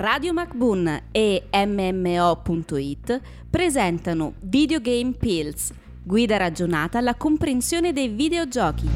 Radio MacBoon e MMO.it presentano Videogame Pills, guida ragionata alla comprensione dei videogiochi.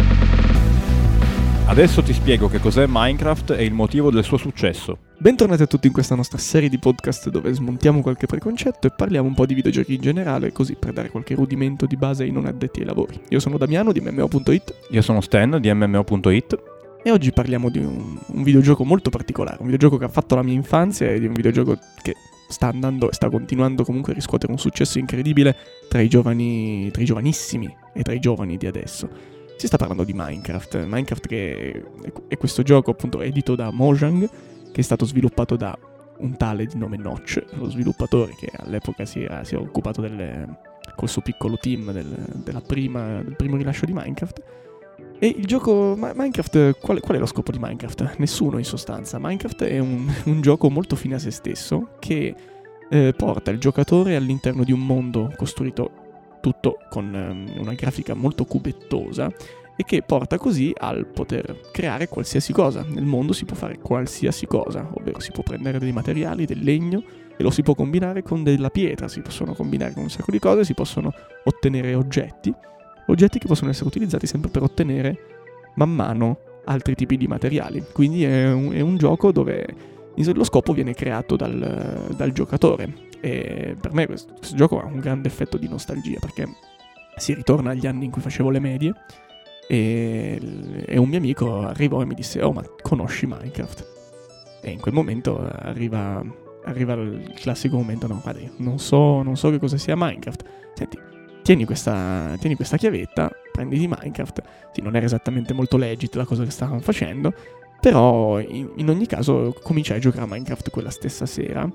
Adesso ti spiego che cos'è Minecraft e il motivo del suo successo. Bentornati a tutti in questa nostra serie di podcast dove smontiamo qualche preconcetto e parliamo un po' di videogiochi in generale, così per dare qualche rudimento di base ai non addetti ai lavori. Io sono Damiano di MMO.it. Io sono Stan di MMO.it. E oggi parliamo di un videogioco molto particolare, un videogioco che ha fatto la mia infanzia e di un videogioco che sta andando e sta continuando comunque a riscuotere un successo incredibile tra i giovanissimi e tra i giovani di adesso. Si sta parlando di Minecraft che è questo gioco appunto edito da Mojang, che è stato sviluppato da un tale di nome Notch, lo sviluppatore che all'epoca si era occupato col suo piccolo team del primo rilascio di Minecraft. E il gioco Minecraft, qual è lo scopo di Minecraft? Nessuno in sostanza. Minecraft è un gioco molto fine a se stesso che porta il giocatore all'interno di un mondo costruito tutto con una grafica molto cubettosa e che porta così al poter creare qualsiasi cosa. Nel mondo si può fare qualsiasi cosa, ovvero si può prendere dei materiali, del legno e lo si può combinare con della pietra, si possono combinare con un sacco di cose, si possono ottenere oggetti che possono essere utilizzati sempre per ottenere man mano altri tipi di materiali. Quindi è un gioco dove lo scopo viene creato dal giocatore. E per me questo gioco ha un grande effetto di nostalgia, perché si ritorna agli anni in cui facevo le medie e un mio amico arrivò e mi disse: "Oh, ma conosci Minecraft?" E in quel momento arriva il classico momento: "No, guarda, non so che cosa sia Minecraft. Senti, tieni questa chiavetta, prenditi Minecraft." Sì, non era esattamente molto legit la cosa che stavamo facendo, però in ogni caso cominciai a giocare a Minecraft quella stessa sera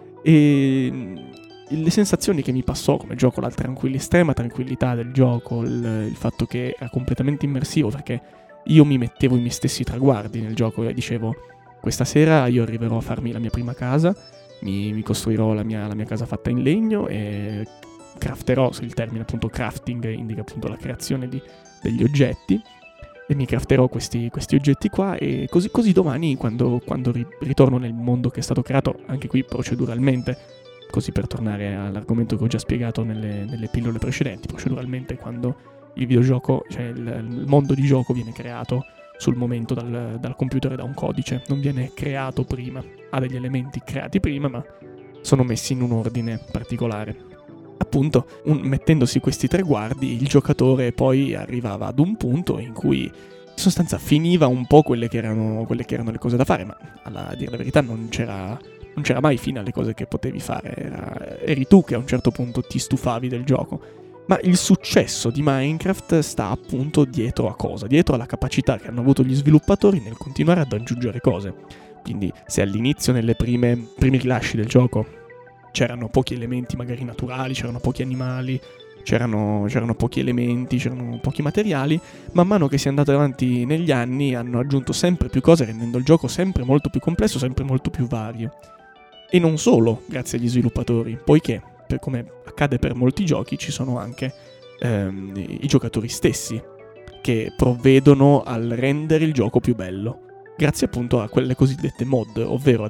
e le sensazioni che mi passò come gioco, l'estrema tranquillità del gioco, il fatto che era completamente immersivo, perché io mi mettevo i miei stessi traguardi nel gioco e dicevo: questa sera io arriverò a farmi la mia prima casa, mi costruirò la mia casa fatta in legno e crafterò, il termine appunto crafting indica appunto la creazione degli oggetti, e mi crafterò questi oggetti qua, e così domani quando ritorno nel mondo che è stato creato, anche qui proceduralmente, così per tornare all'argomento che ho già spiegato nelle pillole precedenti, proceduralmente quando il videogioco, cioè il mondo di gioco viene creato sul momento dal computer e da un codice, non viene creato prima, ha degli elementi creati prima ma sono messi in un ordine particolare. Appunto, mettendosi questi traguardi, il giocatore poi arrivava ad un punto in cui in sostanza finiva un po' quelle che erano le cose da fare, ma a dire la verità non c'era mai fine alle cose che potevi fare, eri tu che a un certo punto ti stufavi del gioco. Ma il successo di Minecraft sta appunto dietro a cosa? Dietro alla capacità che hanno avuto gli sviluppatori nel continuare ad aggiungere cose. Quindi se all'inizio nelle primi rilasci del gioco c'erano pochi elementi magari naturali, c'erano pochi animali, c'erano pochi elementi, c'erano pochi materiali, man mano che si è andato avanti negli anni hanno aggiunto sempre più cose, rendendo il gioco sempre molto più complesso, sempre molto più vario. E non solo grazie agli sviluppatori, poiché, come accade per molti giochi, ci sono anche i giocatori stessi che provvedono al rendere il gioco più bello, grazie appunto a quelle cosiddette mod, ovvero a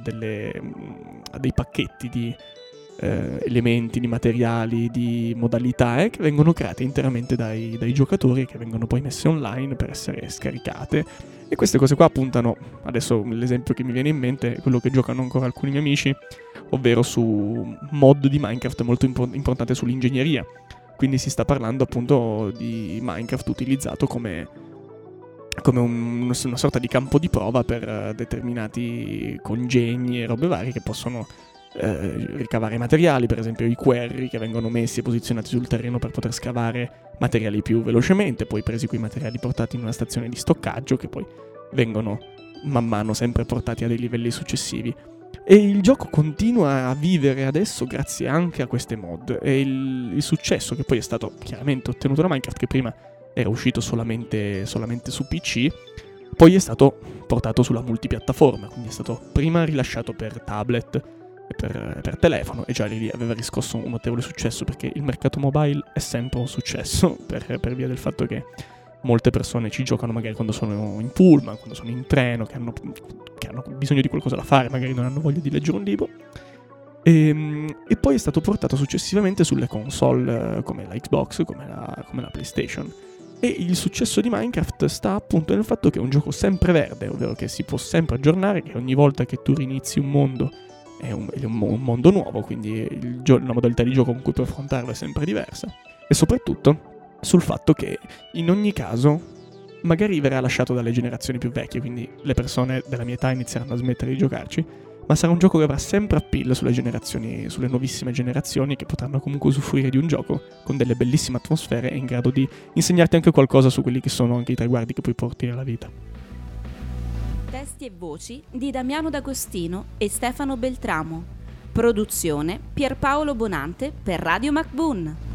dei pacchetti di elementi, di materiali, di modalità che vengono create interamente dai giocatori, che vengono poi messe online per essere scaricate. E queste cose qua puntano, adesso l'esempio che mi viene in mente è quello che giocano ancora alcuni miei amici, ovvero su mod di Minecraft molto importante sull'ingegneria. Quindi si sta parlando appunto di Minecraft utilizzato come una sorta di campo di prova per determinati congegni e robe varie che possono ricavare materiali, per esempio i quarry che vengono messi e posizionati sul terreno per poter scavare materiali più velocemente, poi presi quei materiali portati in una stazione di stoccaggio che poi vengono man mano sempre portati a dei livelli successivi. E il gioco continua a vivere adesso grazie anche a queste mod, e il successo che poi è stato chiaramente ottenuto da Minecraft, che prima era uscito solamente su PC, poi è stato portato sulla multipiattaforma, quindi è stato prima rilasciato per tablet per telefono, e già lì aveva riscosso un notevole successo, perché il mercato mobile è sempre un successo per via del fatto che Molte persone ci giocano magari quando sono in pullman, quando sono in treno, che hanno bisogno di qualcosa da fare, magari non hanno voglia di leggere un libro. E poi è stato portato successivamente sulle console come la Xbox, come la PlayStation. E il successo di Minecraft sta appunto nel fatto che è un gioco sempreverde, ovvero che si può sempre aggiornare, che ogni volta che tu rinizi un mondo è un mondo nuovo, quindi la modalità di gioco con cui puoi affrontarlo è sempre diversa. E soprattutto sul fatto che in ogni caso magari verrà lasciato dalle generazioni più vecchie, quindi le persone della mia età inizieranno a smettere di giocarci, ma sarà un gioco che avrà sempre appeal sulle nuovissime generazioni, che potranno comunque usufruire di un gioco con delle bellissime atmosfere e in grado di insegnarti anche qualcosa su quelli che sono anche i traguardi che puoi portare alla vita. Testi e voci di Damiano D'Agostino e Stefano Beltramo. Produzione Pierpaolo Bonante per Radio MacBoon.